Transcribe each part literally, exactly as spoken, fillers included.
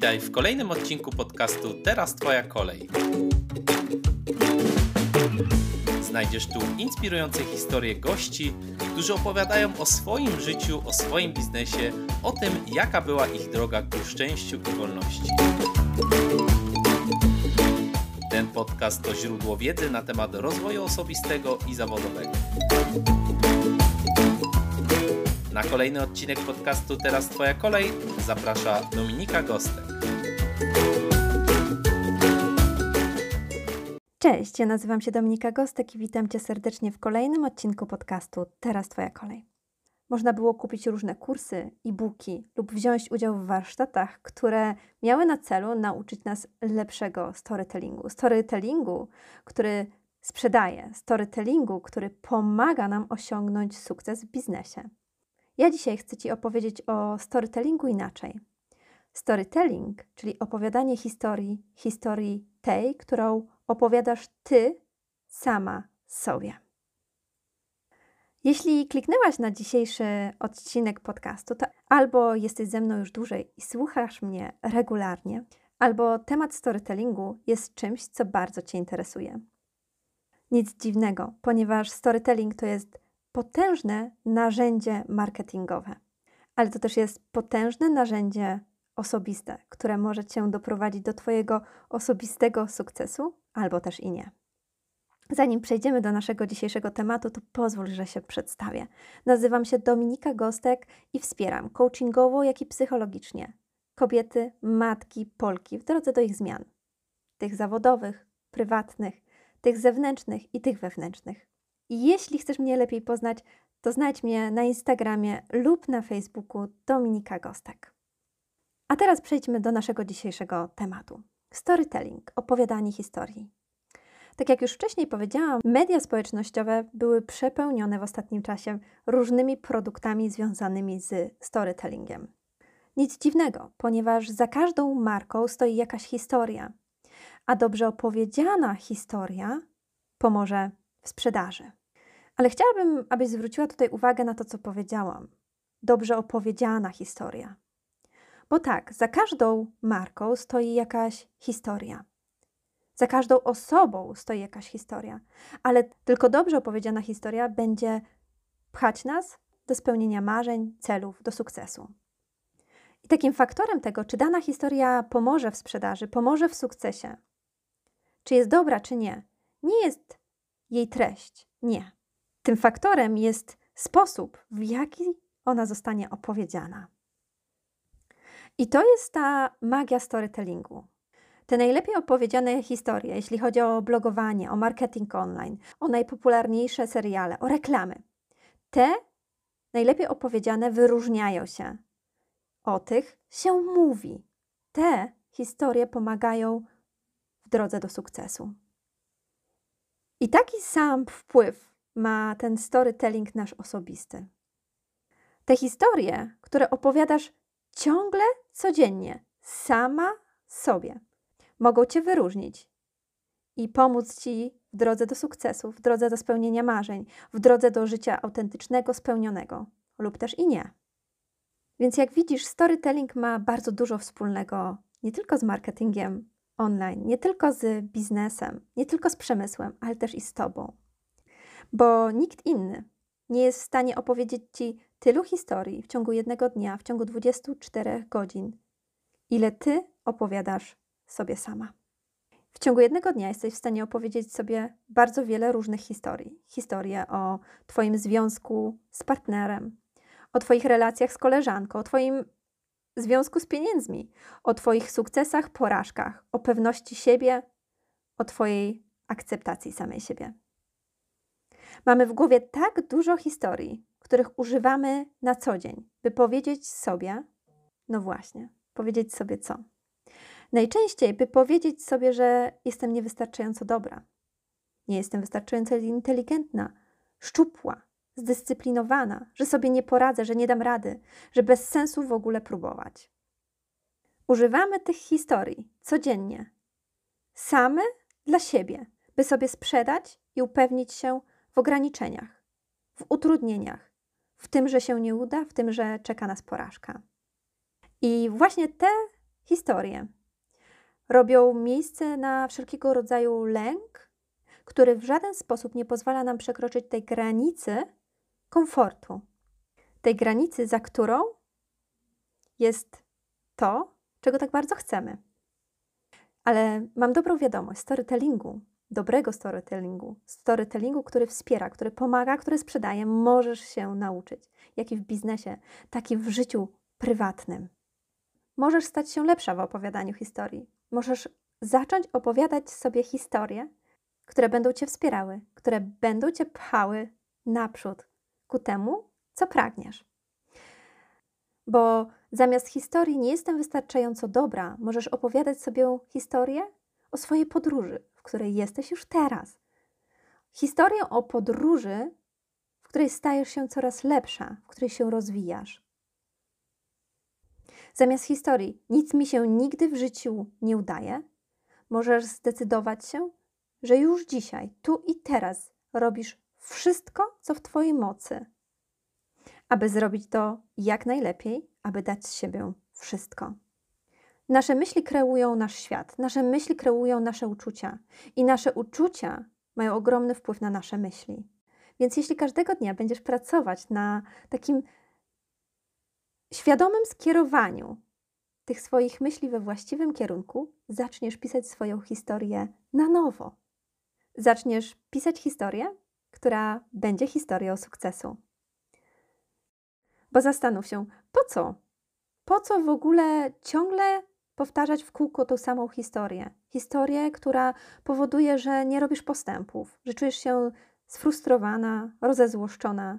Witaj w kolejnym odcinku podcastu Teraz Twoja kolej. Znajdziesz tu inspirujące historie gości, którzy opowiadają o swoim życiu, o swoim biznesie, o tym, jaka była ich droga ku szczęściu i wolności. Ten podcast to źródło wiedzy na temat rozwoju osobistego i zawodowego. Na kolejny odcinek podcastu Teraz Twoja kolej zaprasza Dominika Gostek. Cześć, ja nazywam się Dominika Gostek i witam Cię serdecznie w kolejnym odcinku podcastu Teraz Twoja kolej. Można było kupić różne kursy, e-booki lub wziąć udział w warsztatach, które miały na celu nauczyć nas lepszego storytellingu. Storytellingu, który sprzedaje, storytellingu, który pomaga nam osiągnąć sukces w biznesie. Ja dzisiaj chcę Ci opowiedzieć o storytellingu inaczej. Storytelling, czyli opowiadanie historii, historii tej, którą opowiadasz Ty sama sobie. Jeśli kliknęłaś na dzisiejszy odcinek podcastu, to albo jesteś ze mną już dłużej i słuchasz mnie regularnie, albo temat storytellingu jest czymś, co bardzo Cię interesuje. Nic dziwnego, ponieważ storytelling to jest potężne narzędzie marketingowe, ale to też jest potężne narzędzie osobiste, które może Cię doprowadzić do Twojego osobistego sukcesu, albo też i nie. Zanim przejdziemy do naszego dzisiejszego tematu, to pozwól, że się przedstawię. Nazywam się Dominika Gostek i wspieram coachingowo, jak i psychologicznie kobiety, matki, Polki w drodze do ich zmian. Tych zawodowych, prywatnych, tych zewnętrznych i tych wewnętrznych. I jeśli chcesz mnie lepiej poznać, to znajdź mnie na Instagramie lub na Facebooku Dominika Gostek. A teraz przejdźmy do naszego dzisiejszego tematu. Storytelling, opowiadanie historii. Tak jak już wcześniej powiedziałam, media społecznościowe były przepełnione w ostatnim czasie różnymi produktami związanymi z storytellingiem. Nic dziwnego, ponieważ za każdą marką stoi jakaś historia, a dobrze opowiedziana historia pomoże w sprzedaży. Ale chciałabym, abyś zwróciła tutaj uwagę na to, co powiedziałam. Dobrze opowiedziana historia. Bo tak, za każdą marką stoi jakaś historia. Za każdą osobą stoi jakaś historia. Ale tylko dobrze opowiedziana historia będzie pchać nas do spełnienia marzeń, celów, do sukcesu. I takim faktorem tego, czy dana historia pomoże w sprzedaży, pomoże w sukcesie, czy jest dobra, czy nie, nie jest jej treść. Nie. Tym faktorem jest sposób, w jaki ona zostanie opowiedziana. I to jest ta magia storytellingu. Te najlepiej opowiedziane historie, jeśli chodzi o blogowanie, o marketing online, o najpopularniejsze seriale, o reklamy. Te najlepiej opowiedziane wyróżniają się. O tych się mówi. Te historie pomagają w drodze do sukcesu. I taki sam wpływ ma ten storytelling nasz osobisty. Te historie, które opowiadasz ciągle, codziennie, sama sobie, mogą Cię wyróżnić i pomóc Ci w drodze do sukcesu, w drodze do spełnienia marzeń, w drodze do życia autentycznego, spełnionego lub też i nie. Więc jak widzisz, storytelling ma bardzo dużo wspólnego nie tylko z marketingiem online, nie tylko z biznesem, nie tylko z przemysłem, ale też i z Tobą. Bo nikt inny nie jest w stanie opowiedzieć Ci tylu historii w ciągu jednego dnia, w ciągu dwudziestu czterech godzin, ile Ty opowiadasz sobie sama. W ciągu jednego dnia jesteś w stanie opowiedzieć sobie bardzo wiele różnych historii. Historie o Twoim związku z partnerem, o Twoich relacjach z koleżanką, o Twoim związku z pieniędzmi, o Twoich sukcesach, porażkach, o pewności siebie, o Twojej akceptacji samej siebie. Mamy w głowie tak dużo historii, których używamy na co dzień, by powiedzieć sobie, no właśnie, powiedzieć sobie co? Najczęściej, by powiedzieć sobie, że jestem niewystarczająco dobra, nie jestem wystarczająco inteligentna, szczupła, zdyscyplinowana, że sobie nie poradzę, że nie dam rady, że bez sensu w ogóle próbować. Używamy tych historii codziennie, same dla siebie, by sobie sprzedać i upewnić się w ograniczeniach, w utrudnieniach, w tym, że się nie uda, w tym, że czeka nas porażka. I właśnie te historie. Robią miejsce na wszelkiego rodzaju lęk, który w żaden sposób nie pozwala nam przekroczyć tej granicy komfortu. Tej granicy, za którą jest to, czego tak bardzo chcemy. Ale mam dobrą wiadomość, storytellingu, dobrego storytellingu, storytellingu, który wspiera, który pomaga, który sprzedaje, możesz się nauczyć. Jak i w biznesie, tak i w życiu prywatnym. Możesz stać się lepsza w opowiadaniu historii. Możesz zacząć opowiadać sobie historie, które będą Cię wspierały, które będą Cię pchały naprzód ku temu, co pragniesz. Bo zamiast historii nie jestem wystarczająco dobra, możesz opowiadać sobie historię o swojej podróży, w której jesteś już teraz. Historię o podróży, w której stajesz się coraz lepsza, w której się rozwijasz. Zamiast historii nic mi się nigdy w życiu nie udaje, możesz zdecydować się, że już dzisiaj, tu i teraz robisz wszystko, co w Twojej mocy, aby zrobić to jak najlepiej, aby dać z siebie wszystko. Nasze myśli kreują nasz świat, nasze myśli kreują nasze uczucia i nasze uczucia mają ogromny wpływ na nasze myśli. Więc jeśli każdego dnia będziesz pracować na takim świadomym skierowaniu tych swoich myśli we właściwym kierunku, zaczniesz pisać swoją historię na nowo. Zaczniesz pisać historię, która będzie historią sukcesu. Bo zastanów się, po co? Po co w ogóle ciągle powtarzać w kółko tą samą historię? Historię, która powoduje, że nie robisz postępów, że czujesz się sfrustrowana, rozezłoszczona.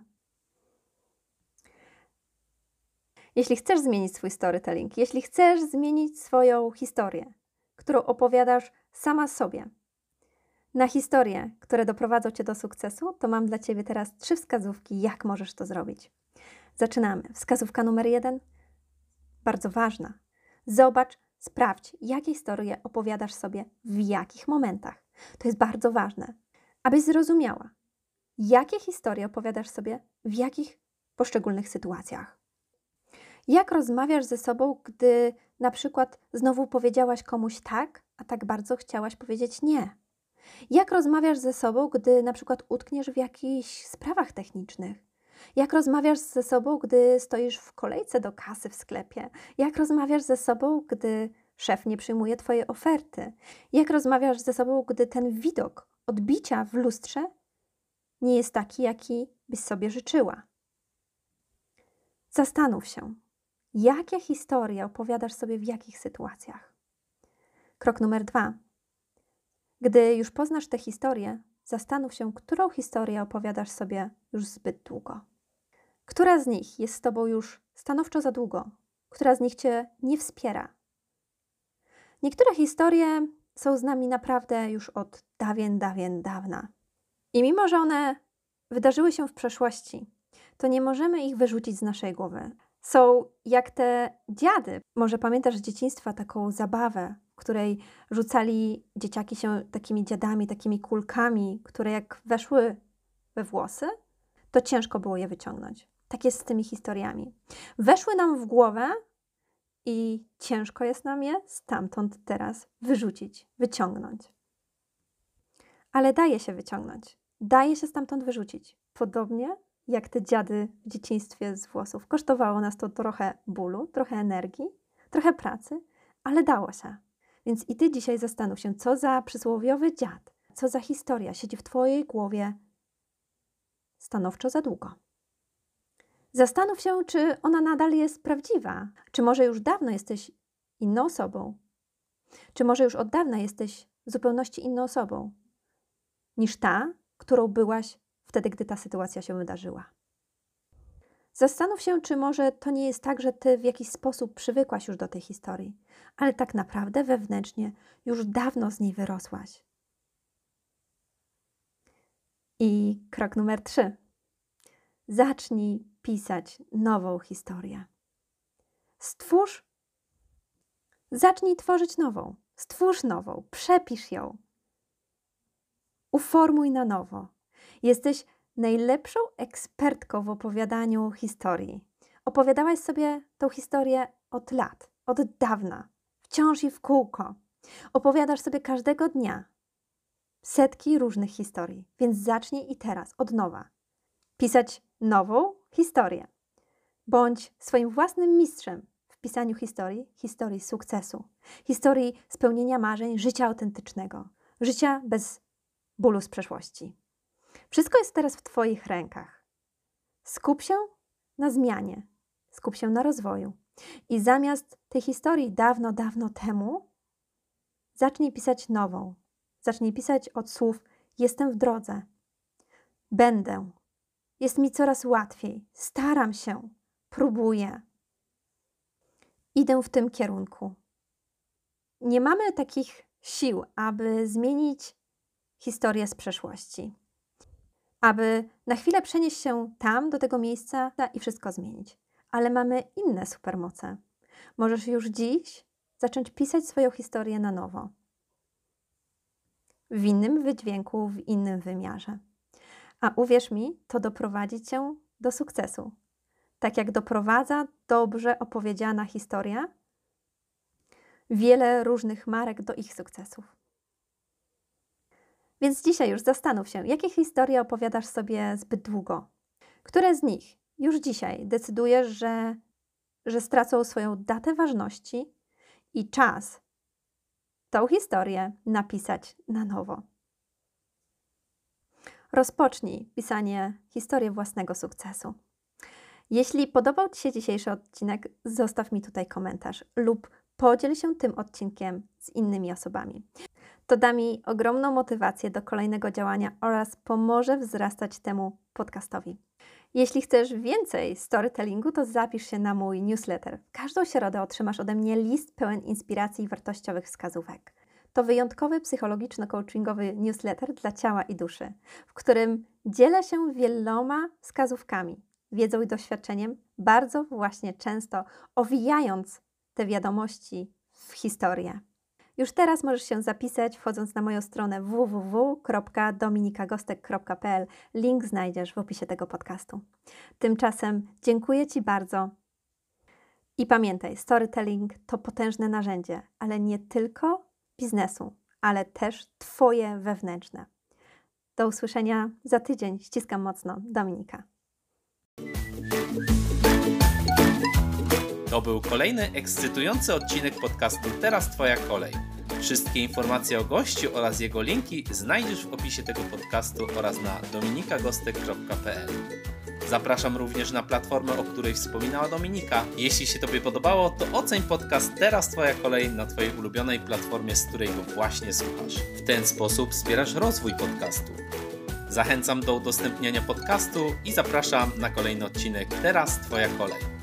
Jeśli chcesz zmienić swój storytelling, jeśli chcesz zmienić swoją historię, którą opowiadasz sama sobie, na historie, które doprowadzą Cię do sukcesu, to mam dla Ciebie teraz trzy wskazówki, jak możesz to zrobić. Zaczynamy. Wskazówka numer jeden, bardzo ważna. Zobacz, sprawdź, jakie historie opowiadasz sobie w jakich momentach. To jest bardzo ważne, abyś zrozumiała, jakie historie opowiadasz sobie w jakich poszczególnych sytuacjach. Jak rozmawiasz ze sobą, gdy na przykład znowu powiedziałaś komuś tak, a tak bardzo chciałaś powiedzieć nie? Jak rozmawiasz ze sobą, gdy na przykład utkniesz w jakichś sprawach technicznych? Jak rozmawiasz ze sobą, gdy stoisz w kolejce do kasy w sklepie? Jak rozmawiasz ze sobą, gdy szef nie przyjmuje Twojej oferty? Jak rozmawiasz ze sobą, gdy ten widok odbicia w lustrze nie jest taki, jaki byś sobie życzyła? Zastanów się, jakie historie opowiadasz sobie w jakich sytuacjach. Krok numer dwa. Gdy już poznasz tę historię, zastanów się, którą historię opowiadasz sobie już zbyt długo. Która z nich jest z Tobą już stanowczo za długo? Która z nich Cię nie wspiera? Niektóre historie są z nami naprawdę już od dawien, dawien, dawna. I mimo, że one wydarzyły się w przeszłości, to nie możemy ich wyrzucić z naszej głowy. Są jak te dziady. Może pamiętasz z dzieciństwa taką zabawę, w której rzucali dzieciaki się takimi dziadami, takimi kulkami, które jak weszły we włosy, to ciężko było je wyciągnąć. Tak jest z tymi historiami. Weszły nam w głowę i ciężko jest nam je stamtąd teraz wyrzucić, wyciągnąć. Ale daje się wyciągnąć. Daje się stamtąd wyrzucić. Podobnie jak te dziady w dzieciństwie z włosów. Kosztowało nas to trochę bólu, trochę energii, trochę pracy, ale dało się. Więc i Ty dzisiaj zastanów się, co za przysłowiowy dziad, co za historia siedzi w Twojej głowie stanowczo za długo. Zastanów się, czy ona nadal jest prawdziwa, czy może już dawno jesteś inną osobą, czy może już od dawna jesteś w zupełności inną osobą niż ta, którą byłaś wtedy, gdy ta sytuacja się wydarzyła. Zastanów się, czy może to nie jest tak, że Ty w jakiś sposób przywykłaś już do tej historii, ale tak naprawdę wewnętrznie już dawno z niej wyrosłaś. I krok numer trzy. Zacznij pisać nową historię. Stwórz, zacznij tworzyć nową. Stwórz nową, przepisz ją. Uformuj na nowo. Jesteś najlepszą ekspertką w opowiadaniu historii. Opowiadałaś sobie tą historię od lat, od dawna. wciąż i w kółko. Opowiadasz sobie każdego dnia setki różnych historii, więc zacznij i teraz od nowa pisać nową historię. Bądź swoim własnym mistrzem w pisaniu historii, historii sukcesu, historii spełnienia marzeń, życia autentycznego, życia bez bólu z przeszłości. Wszystko jest teraz w Twoich rękach. Skup się na zmianie, skup się na rozwoju. I zamiast tej historii dawno, dawno temu, zacznij pisać nową. Zacznij pisać od słów: jestem w drodze, będę, jest mi coraz łatwiej, staram się, próbuję. Idę w tym kierunku. Nie mamy takich sił, aby zmienić historię z przeszłości. Aby na chwilę przenieść się tam, do tego miejsca i wszystko zmienić. Ale mamy inne supermoce. Możesz już dziś zacząć pisać swoją historię na nowo. W innym wydźwięku, w innym wymiarze. A uwierz mi, to doprowadzi Cię do sukcesu. Tak jak doprowadza dobrze opowiedziana historia wiele różnych marek do ich sukcesów. Więc dzisiaj już zastanów się, jakie historie opowiadasz sobie zbyt długo. Które z nich już dzisiaj decydujesz, że, że stracą swoją datę ważności i czas tą historię napisać na nowo. Rozpocznij pisanie historii własnego sukcesu. Jeśli podobał Ci się dzisiejszy odcinek, zostaw mi tutaj komentarz lub podziel się tym odcinkiem z innymi osobami. To da mi ogromną motywację do kolejnego działania oraz pomoże wzrastać temu podcastowi. Jeśli chcesz więcej storytellingu, to zapisz się na mój newsletter. W każdą środę otrzymasz ode mnie list pełen inspiracji i wartościowych wskazówek. To wyjątkowy psychologiczno-coachingowy newsletter dla ciała i duszy, w którym dzielę się wieloma wskazówkami, wiedzą i doświadczeniem, bardzo właśnie często owijając te wiadomości w historię. Już teraz możesz się zapisać, wchodząc na moją stronę w w w kropka dominikagostek kropka p l. Link znajdziesz w opisie tego podcastu. Tymczasem dziękuję Ci bardzo i pamiętaj, storytelling to potężne narzędzie, ale nie tylko biznesu, ale też Twoje wewnętrzne. Do usłyszenia za tydzień. Ściskam mocno. Dominika. To był kolejny ekscytujący odcinek podcastu Teraz Twoja kolej. Wszystkie informacje o gościu oraz jego linki znajdziesz w opisie tego podcastu oraz na dominikagostek kropka p l. Zapraszam również na platformę, o której wspominała Dominika. Jeśli się Tobie podobało, to oceń podcast Teraz Twoja kolej na Twojej ulubionej platformie, z której go właśnie słuchasz. W ten sposób wspierasz rozwój podcastu. Zachęcam do udostępniania podcastu i zapraszam na kolejny odcinek Teraz Twoja kolej.